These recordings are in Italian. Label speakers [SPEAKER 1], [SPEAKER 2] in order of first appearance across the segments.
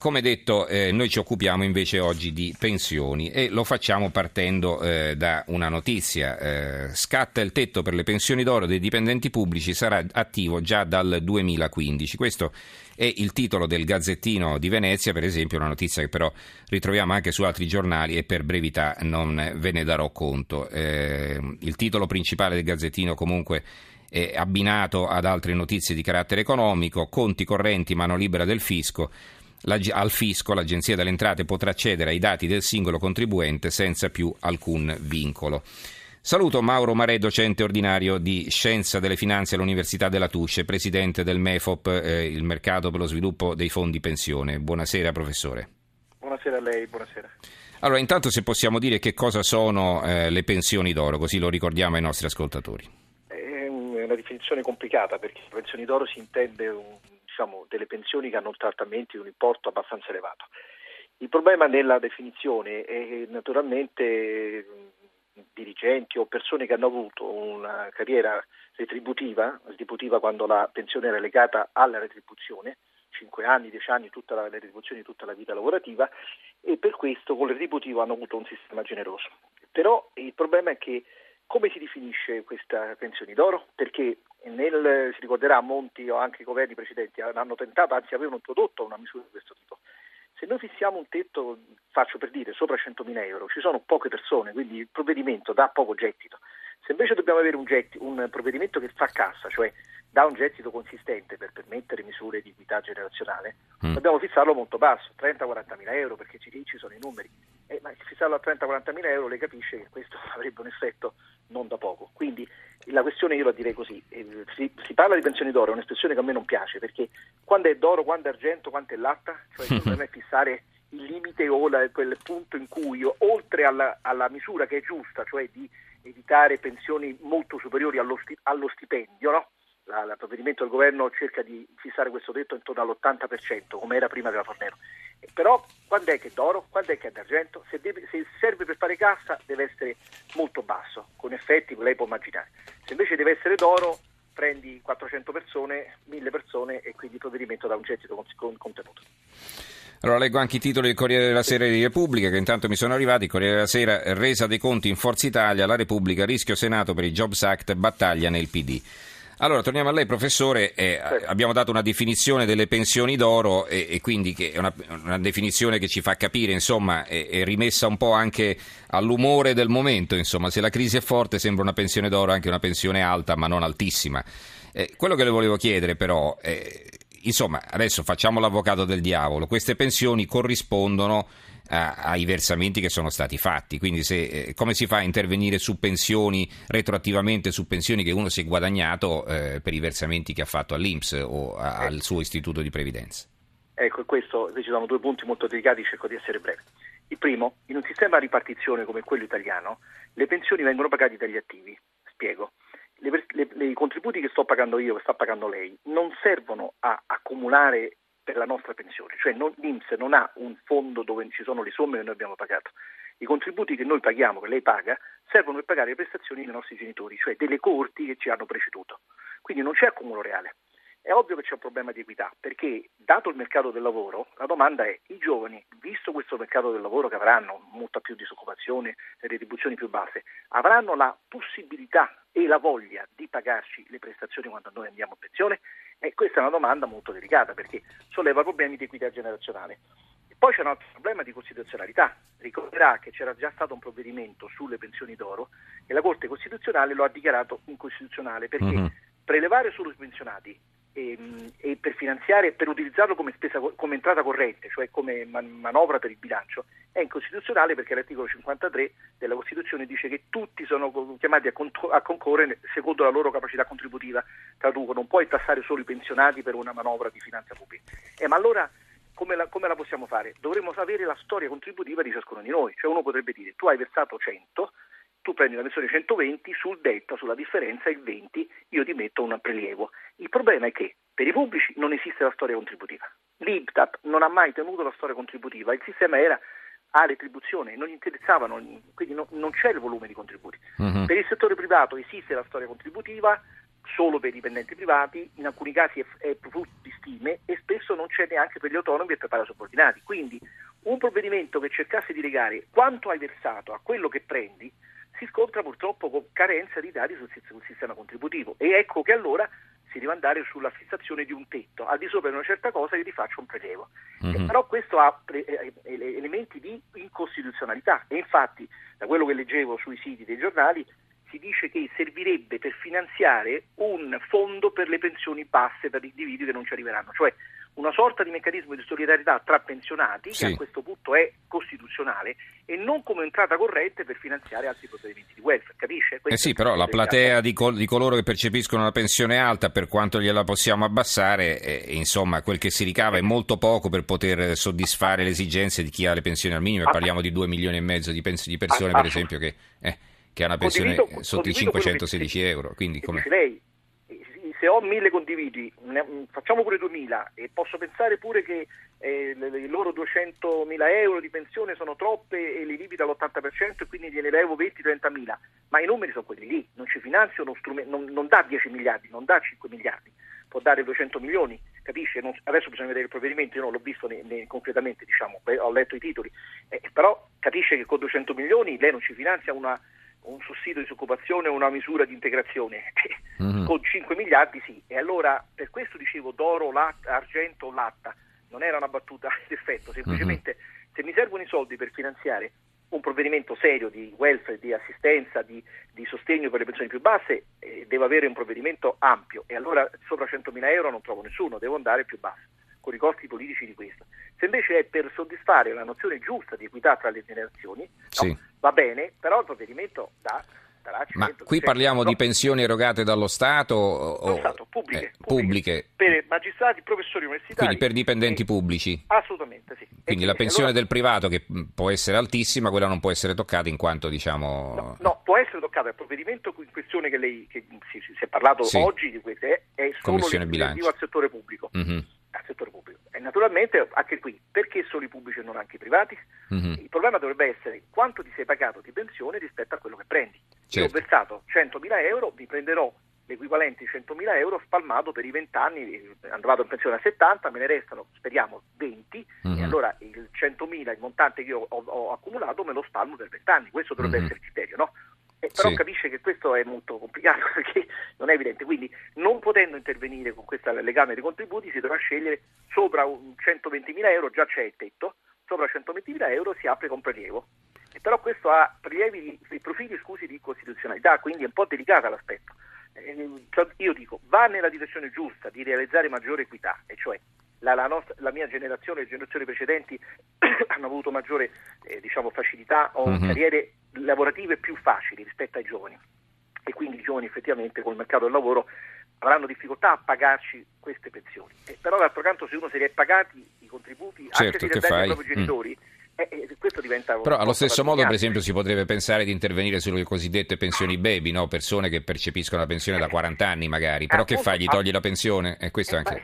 [SPEAKER 1] Come detto, noi ci occupiamo invece oggi di pensioni e lo facciamo partendo da una notizia. Scatta il tetto per le pensioni d'oro dei dipendenti pubblici, sarà attivo già dal 2015. Questo è il titolo del Gazzettino di Venezia, per esempio, una notizia che però ritroviamo anche su altri giornali e per brevità non ve ne darò conto. Il titolo principale del Gazzettino comunque è abbinato ad altre notizie di carattere economico: conti correnti, mano libera del fisco. Al fisco l'Agenzia delle Entrate potrà accedere ai dati del singolo contribuente senza più alcun vincolo. Saluto Mauro Marè, docente ordinario di Scienza delle Finanze all'Università della Tusce, presidente del MEFOP, il Mercato per lo Sviluppo dei Fondi Pensione. Buonasera professore.
[SPEAKER 2] Buonasera a lei, buonasera.
[SPEAKER 1] Allora, intanto se possiamo dire che cosa sono le pensioni d'oro, così lo ricordiamo ai nostri ascoltatori.
[SPEAKER 2] È una definizione complicata, perché pensioni d'oro si intende delle pensioni che hanno un trattamento di un importo abbastanza elevato. Il problema nella definizione è naturalmente dirigenti o persone che hanno avuto una carriera retributiva quando la pensione era legata alla retribuzione, 5 anni, 10 anni, tutta la retribuzione di tutta la vita lavorativa, e per questo con il retributivo hanno avuto un sistema generoso. Però il problema è che come si definisce questa pensione d'oro? Perché si ricorderà, Monti o anche i governi precedenti hanno tentato, anzi avevano introdotto una misura di questo tipo. Se noi fissiamo un tetto, faccio per dire, sopra 100.000 euro, ci sono poche persone, quindi il provvedimento dà poco gettito. Se invece dobbiamo avere un provvedimento che fa cassa, cioè dà un gettito consistente per permettere misure di equità generazionale, dobbiamo fissarlo molto basso, 30-40.000 euro, perché ci sono i numeri. Ma fissarlo a 30-40.000 euro, lei capisce che questo avrebbe un effetto non da poco. Quindi la questione io la direi così: si parla di pensioni d'oro, è un'espressione che a me non piace, perché quando è d'oro, quando è argento, quanto è latta, cioè il problema è fissare il limite o quel punto in cui, oltre alla misura che è giusta, cioè di evitare pensioni molto superiori allo stipendio, no? Il provvedimento del governo cerca di fissare questo tetto intorno all'80%, come era prima della Fornero. Però quando è che è d'oro, quando è che è d'argento? Se serve per fare cassa deve essere molto basso, con effetti che lei può immaginare. Se invece deve essere d'oro, prendi 400 persone, 1000 persone, e quindi il provvedimento dà un gettito contenuto.
[SPEAKER 1] Allora leggo anche i titoli del Corriere della Sera di Repubblica, che intanto mi sono arrivati. Corriere della Sera: resa dei conti in Forza Italia, la Repubblica, rischio Senato per i Jobs Act, battaglia nel PD. Allora, torniamo a lei professore, abbiamo dato una definizione delle pensioni d'oro e quindi che è una definizione che ci fa capire, insomma, è rimessa un po' anche all'umore del momento, insomma, se la crisi è forte sembra una pensione d'oro anche una pensione alta ma non altissima. Quello che le volevo chiedere però, insomma, adesso facciamo l'avvocato del diavolo, queste pensioni corrispondono ai versamenti che sono stati fatti, quindi come si fa a intervenire su pensioni retroattivamente, su pensioni che uno si è guadagnato per i versamenti che ha fatto all'INPS o al suo istituto di previdenza?
[SPEAKER 2] Ecco, questo ci sono due punti molto delicati, cerco di essere breve. Il primo: in un sistema a ripartizione come quello italiano, le pensioni vengono pagate dagli attivi. Spiego. I contributi che sto pagando io, che sta pagando lei, non servono a accumulare per la nostra pensione, cioè l'INPS non ha un fondo dove ci sono le somme che noi abbiamo pagato. I contributi che noi paghiamo, che lei paga, servono per pagare le prestazioni dei nostri genitori, cioè delle coorti che ci hanno preceduto. Quindi non c'è accumulo reale. È ovvio che c'è un problema di equità, perché dato il mercato del lavoro, la domanda è: i giovani, visto questo mercato del lavoro che avranno molta più disoccupazione e retribuzioni più basse, avranno la possibilità e la voglia di pagarci le prestazioni quando noi andiamo in pensione? E questa è una domanda molto delicata, perché solleva problemi di equità generazionale. E poi c'è un altro problema di costituzionalità. Ricorderà che c'era già stato un provvedimento sulle pensioni d'oro e la Corte Costituzionale lo ha dichiarato incostituzionale, perché prelevare solo i pensionati e per finanziare, per utilizzarlo come spesa, come entrata corrente, cioè come manovra per il bilancio, è incostituzionale, perché l'articolo 53 della Costituzione dice che tutti sono chiamati a concorrere secondo la loro capacità contributiva. Traduco: non puoi tassare solo i pensionati per una manovra di finanza pubblica. Ma allora come la possiamo fare? Dovremmo sapere la storia contributiva di ciascuno di noi. Cioè uno potrebbe dire: tu hai versato 100, tu prendi una pensione 120, sul delta, sulla differenza, il 20, io ti metto un prelievo. Il problema è che per i pubblici non esiste la storia contributiva. L'IPTAP non ha mai tenuto la storia contributiva, il sistema era a retribuzione, non gli interessavano, quindi non c'è il volume di contributi. Per il settore privato esiste la storia contributiva, solo per i dipendenti privati, in alcuni casi è frutto di stime e spesso non c'è neanche per gli autonomi e per i subordinati. Quindi un provvedimento che cercasse di legare quanto hai versato a quello che prendi si scontra purtroppo con carenza di dati sul sistema contributivo, e ecco che allora si deve andare sulla fissazione di un tetto. Al di sopra di una certa cosa io ti faccio un prelievo. Però questo ha elementi di incostituzionalità, e infatti da quello che leggevo sui siti dei giornali si dice che servirebbe per finanziare un fondo per le pensioni basse per gli individui che non ci arriveranno, cioè una sorta di meccanismo di solidarietà tra pensionati,
[SPEAKER 1] sì,
[SPEAKER 2] che a questo punto è costituzionale, e non come entrata corrente per finanziare altri provvedimenti di welfare, capisce?
[SPEAKER 1] Sì, però la platea di coloro che percepiscono una pensione alta, per quanto gliela possiamo abbassare, insomma, quel che si ricava è molto poco per poter soddisfare le esigenze di chi ha le pensioni al minimo, e parliamo di 2,5 milioni di persone, per esempio, che ha una pensione sotto i 516 euro. Quindi
[SPEAKER 2] come lei, se ho 1.000 condividi, facciamo pure 2.000, e posso pensare pure che i loro 200.000 euro di pensione sono troppe e li limita all'80% e quindi gliene levo 20-30.000, ma i numeri sono quelli lì, non ci finanzia uno strumento, non dà 10 miliardi, non dà 5 miliardi, può dare 200 milioni, capisce? Adesso bisogna vedere il provvedimento, io non l'ho visto concretamente, diciamo, ho letto i titoli, però capisce che con 200 milioni lei non ci finanzia un sussidio di disoccupazione o una misura di integrazione. Con 5 miliardi sì, e allora per questo dicevo d'oro, argento, latta, non era una battuta d'effetto, semplicemente se mi servono i soldi per finanziare un provvedimento serio di welfare, di assistenza, di sostegno per le pensioni più basse, devo avere un provvedimento ampio, e allora sopra 100.000 euro non trovo nessuno, devo andare più basso, con i costi politici di questo. Se invece è per soddisfare la nozione giusta di equità tra le generazioni,
[SPEAKER 1] sì,
[SPEAKER 2] no, va bene, però il provvedimento darà 100%.
[SPEAKER 1] Ma qui parliamo di pensioni erogate dallo Stato pubbliche
[SPEAKER 2] per magistrati, professori universitari,
[SPEAKER 1] quindi per dipendenti pubblici?
[SPEAKER 2] Assolutamente sì.
[SPEAKER 1] Quindi la pensione del privato, che può essere altissima, quella non può essere toccata, in quanto, diciamo...
[SPEAKER 2] No, può essere toccata. Il provvedimento in questione che si è parlato oggi di questo è solo relativo al settore pubblico. Al settore pubblico. E naturalmente anche qui, perché solo i pubblici e non anche i privati? Il problema dovrebbe essere quanto ti sei pagato di pensione rispetto a quello che prendi. Io ho versato 100.000 euro, vi prenderò l'equivalente di 100.000 euro spalmato per i 20 anni, vado in pensione a 70, me ne restano, speriamo, 20, e allora il 100.000, il montante che io ho accumulato, me lo spalmo per 20 anni. Questo dovrebbe essere il criterio, no? Però capisce che questo è molto complicato perché non è evidente, quindi non potendo intervenire con questo legame dei contributi si dovrà scegliere sopra 120.000 euro, già c'è il tetto, sopra 120.000 euro si applica un prelievo, però questo ha profili di costituzionalità, quindi è un po' delicato l'aspetto. Io dico, va nella direzione giusta di realizzare maggiore equità, e cioè la mia generazione e le generazioni precedenti hanno avuto maggiore facilità o carriere lavorative più facili rispetto ai giovani, e quindi i giovani effettivamente col mercato del lavoro avranno difficoltà a pagarci queste pensioni, però d'altro canto se uno se li è pagati i contributi, anche se li ha dati ai propri genitori, questo diventa
[SPEAKER 1] però allo stesso modo, per esempio, si potrebbe pensare di intervenire sulle cosiddette pensioni baby, no? Persone che percepiscono la pensione da 40 anni magari, però che fa? Gli togli la pensione? E questo anche...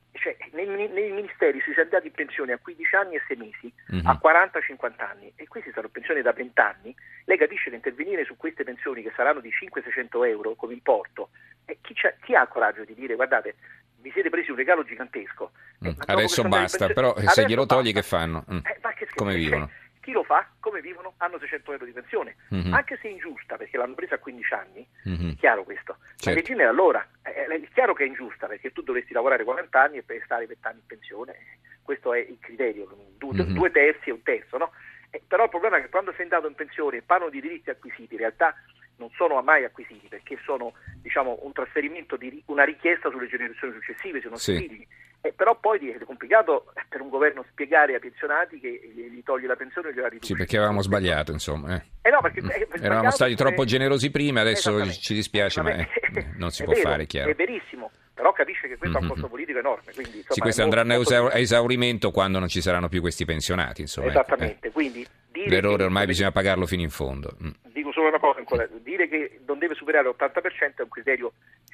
[SPEAKER 2] Nei ministeri si sono andati in pensione a 15 anni e 6 mesi, a 40-50 anni, e qui si stanno in pensione da 20 anni. Lei capisce che intervenire su queste pensioni, che saranno di 500-600 euro come importo, chi ha il coraggio di dire guardate, vi siete presi un regalo gigantesco,
[SPEAKER 1] adesso basta, però se glielo togli che fanno? Come vivono?
[SPEAKER 2] Chi lo fa? Come vivono? Hanno 600 euro di pensione, anche se ingiusta perché l'hanno presa a 15 anni, è chiaro questo, ma che genere allora? È chiaro che è ingiusta perché tu dovresti lavorare 40 anni e per stare 20 anni in pensione, questo è il criterio, 2 terzi e un terzo, no? Però il problema è che quando sei andato in pensione e parlano di diritti acquisiti, in realtà non sono mai acquisiti perché sono un trasferimento di una richiesta sulle generazioni successive, se non si figli. Però poi è complicato per un governo spiegare ai pensionati che gli toglie la pensione e gliela riduce.
[SPEAKER 1] Sì, perché avevamo sbagliato, insomma.
[SPEAKER 2] No, perché
[SPEAKER 1] eravamo stati troppo generosi prima, adesso ci dispiace, ma non si può fare, è chiaro.
[SPEAKER 2] È verissimo, però capisce che questo ha un costo politico enorme. Quindi, insomma,
[SPEAKER 1] questi andranno a esaurimento quando non ci saranno più questi pensionati, insomma.
[SPEAKER 2] Esattamente, quindi
[SPEAKER 1] l'errore ormai bisogna pagarlo fino in fondo.
[SPEAKER 2] Dico solo una cosa ancora, dire che non deve superare l'80% è un criterio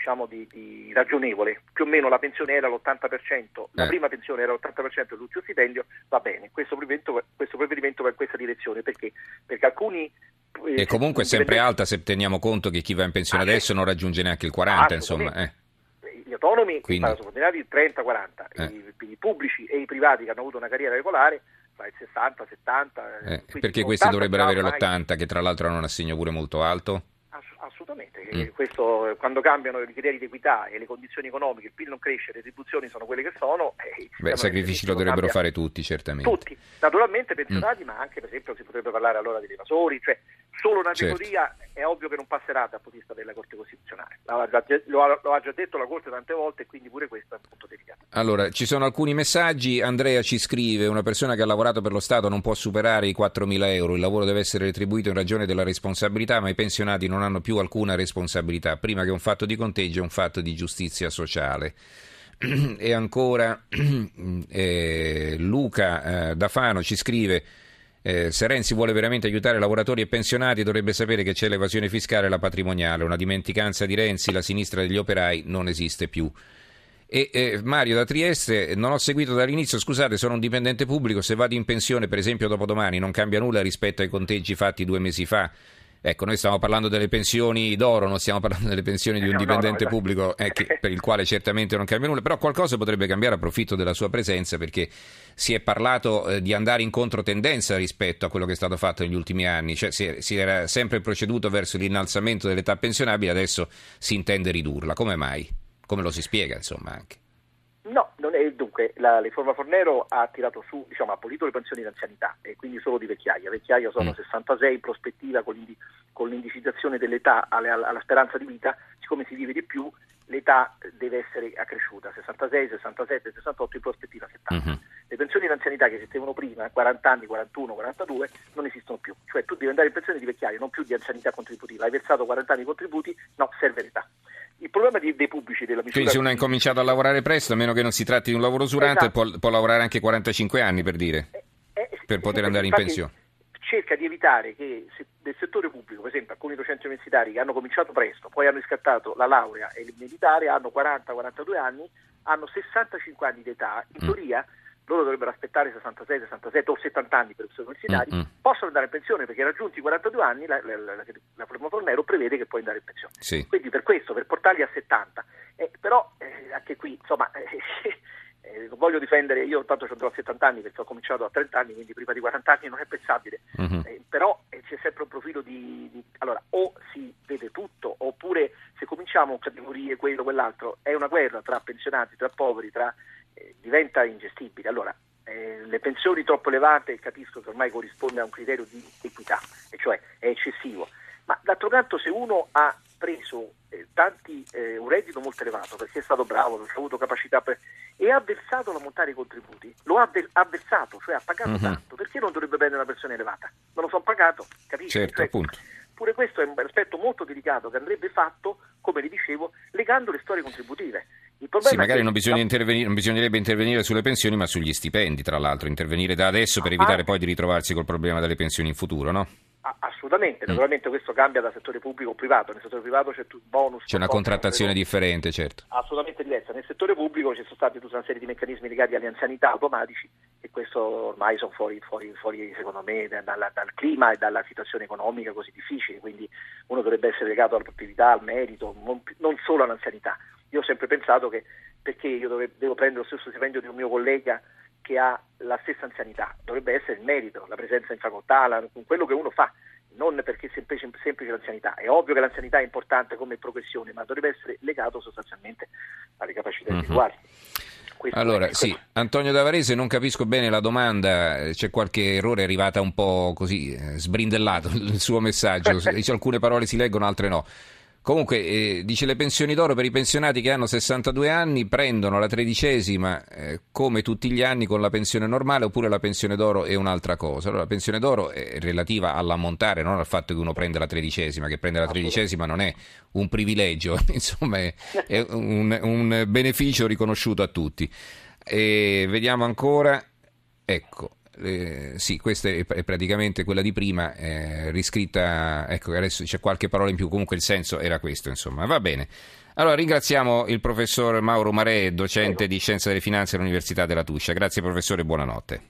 [SPEAKER 2] diciamo di ragionevole, più o meno la pensione era l'80%, la prima pensione era l'80% dell'ultimo stipendio, va bene, questo provvedimento va in questa direzione, perché alcuni...
[SPEAKER 1] E comunque è sempre alta se teniamo conto che chi va in pensione adesso non raggiunge neanche il 40, insomma.
[SPEAKER 2] Gli autonomi sono subordinati il 30-40, i pubblici e i privati che hanno avuto una carriera regolare fa il 60-70.
[SPEAKER 1] Perché questi dovrebbero avere l'80, che tra l'altro hanno un assegno pure molto alto?
[SPEAKER 2] Assolutamente, questo, quando cambiano i criteri di equità e le condizioni economiche, il PIL non cresce, le retribuzioni sono quelle che sono.
[SPEAKER 1] Sacrifici lo dovrebbero fare tutti, certamente.
[SPEAKER 2] Tutti, naturalmente pensionati, ma anche per esempio si potrebbe parlare allora degli evasori, cioè solo una categoria è ovvio che non passerà dal punto di vista della Corte Costituzionale. Lo ha già detto la Corte tante volte, e quindi pure questo è un punto delicato.
[SPEAKER 1] Allora, ci sono alcuni messaggi. Andrea ci scrive: una persona che ha lavorato per lo Stato non può superare i 4.000 euro, il lavoro deve essere retribuito in ragione della responsabilità, ma i pensionati non hanno più alcuna responsabilità, prima che un fatto di conteggio è un fatto di giustizia sociale. E ancora Luca da Fano ci scrive: se Renzi vuole veramente aiutare lavoratori e pensionati dovrebbe sapere che c'è l'evasione fiscale e la patrimoniale, una dimenticanza di Renzi, la sinistra degli operai non esiste più. E Mario da Trieste: non ho seguito dall'inizio, scusate, sono un dipendente pubblico, se vado in pensione per esempio dopodomani non cambia nulla rispetto ai conteggi fatti 2 mesi fa. Ecco, noi stiamo parlando delle pensioni d'oro, non stiamo parlando delle pensioni di un dipendente pubblico per il quale certamente non cambia nulla, però qualcosa potrebbe cambiare. Approfitto della sua presenza perché si è parlato di andare in controtendenza rispetto a quello che è stato fatto negli ultimi anni, cioè si era sempre proceduto verso l'innalzamento dell'età pensionabile, adesso si intende ridurla. Come mai? Come lo si spiega, insomma, anche?
[SPEAKER 2] No, non è, dunque la riforma Fornero ha tirato su, diciamo, ha abolito le pensioni di anzianità e quindi solo di vecchiaia. Vecchiaia sono 66 in prospettiva con l'indicizzazione dell'età alla speranza di vita. Siccome si vive di più, l'età deve essere accresciuta, 66, 67, 68, in prospettiva 70. Le pensioni di anzianità che esistevano prima, 40 anni, 41, 42, non esistono più. Cioè tu devi andare in pensione di vecchiaia, non più di anzianità contributiva. Hai versato 40 anni di contributi, no, serve l'età. Il problema dei pubblici della misura...
[SPEAKER 1] Quindi se uno ha incominciato a lavorare presto, a meno che non si tratti di un lavoro usurante, esatto, può lavorare anche 45 anni, per dire, per poter andare in pensione.
[SPEAKER 2] Cerca di evitare che nel settore pubblico, per esempio alcuni docenti universitari che hanno cominciato presto, poi hanno riscattato la laurea e il militare, hanno 40-42 anni, hanno 65 anni di età, in teoria loro dovrebbero aspettare 66, 67 o 70 anni per i professori universitari, possono andare in pensione perché raggiunti i 42 anni la riforma Fornero prevede che puoi andare in pensione.
[SPEAKER 1] Sì.
[SPEAKER 2] Quindi per questo, per portarli a 70. Però anche qui, insomma, non voglio difendere, io tanto andrò a 70 anni perché ho cominciato a 30 anni, quindi prima di 40 anni non è pensabile. Però c'è sempre un profilo allora, o si vede tutto, oppure se cominciamo categorie, quello, quell'altro, è una guerra tra pensionati, tra poveri, diventa ingestibile. Allora, le pensioni troppo elevate capisco che ormai corrisponde a un criterio di equità, e cioè è eccessivo, ma d'altro canto se uno ha preso un reddito molto elevato perché è stato bravo, perché ha avuto capacità e ha versato la montare i contributi, lo ha versato, cioè ha pagato tanto, perché non dovrebbe prendere una pensione elevata? Non lo sono pagato, capisci?
[SPEAKER 1] Certo, appunto.
[SPEAKER 2] Pure questo è un aspetto molto delicato che andrebbe fatto, come vi dicevo, legando le storie contributive.
[SPEAKER 1] Sì, magari non bisognerebbe intervenire sulle pensioni, ma sugli stipendi, tra l'altro, intervenire da adesso per evitare poi di ritrovarsi col problema delle pensioni in futuro, no?
[SPEAKER 2] Assolutamente, naturalmente questo cambia da settore pubblico o privato. Nel settore privato c'è bonus,
[SPEAKER 1] c'è una contrattazione differente, certo.
[SPEAKER 2] Assolutamente diversa. Nel settore pubblico ci sono stati tutta una serie di meccanismi legati alle anzianità automatici e questo ormai sono fuori secondo me dal clima e dalla situazione economica così difficile, quindi uno dovrebbe essere legato alla produttività, al merito, non solo all'anzianità. Io ho sempre pensato che perché io devo prendere lo stesso stipendio di un mio collega che ha la stessa anzianità, dovrebbe essere il merito, la presenza in facoltà, quello che uno fa, non perché semplice l'anzianità. È ovvio che l'anzianità è importante come progressione, ma dovrebbe essere legato sostanzialmente alle capacità individuali.
[SPEAKER 1] Allora, sì, Antonio Davarese, non capisco bene la domanda, c'è qualche errore, è arrivata un po' così, sbrindellato il suo messaggio, alcune parole si leggono, altre no. Comunque, dice le pensioni d'oro per i pensionati che hanno 62 anni prendono la 13ª come tutti gli anni con la pensione normale, oppure la pensione d'oro è un'altra cosa. Allora, la pensione d'oro è relativa all'ammontare, non al fatto che uno prende la 13ª, che prende la 13ª non è un privilegio, insomma è un beneficio riconosciuto a tutti. E vediamo ancora, ecco. sì, questa è praticamente quella di prima, riscritta, ecco, adesso c'è qualche parola in più, comunque il senso era questo, insomma, va bene. Allora ringraziamo il professor Mauro Marè, docente
[SPEAKER 2] Prego.
[SPEAKER 1] di Scienze delle Finanze all'Università della Tuscia. Grazie professore, buonanotte.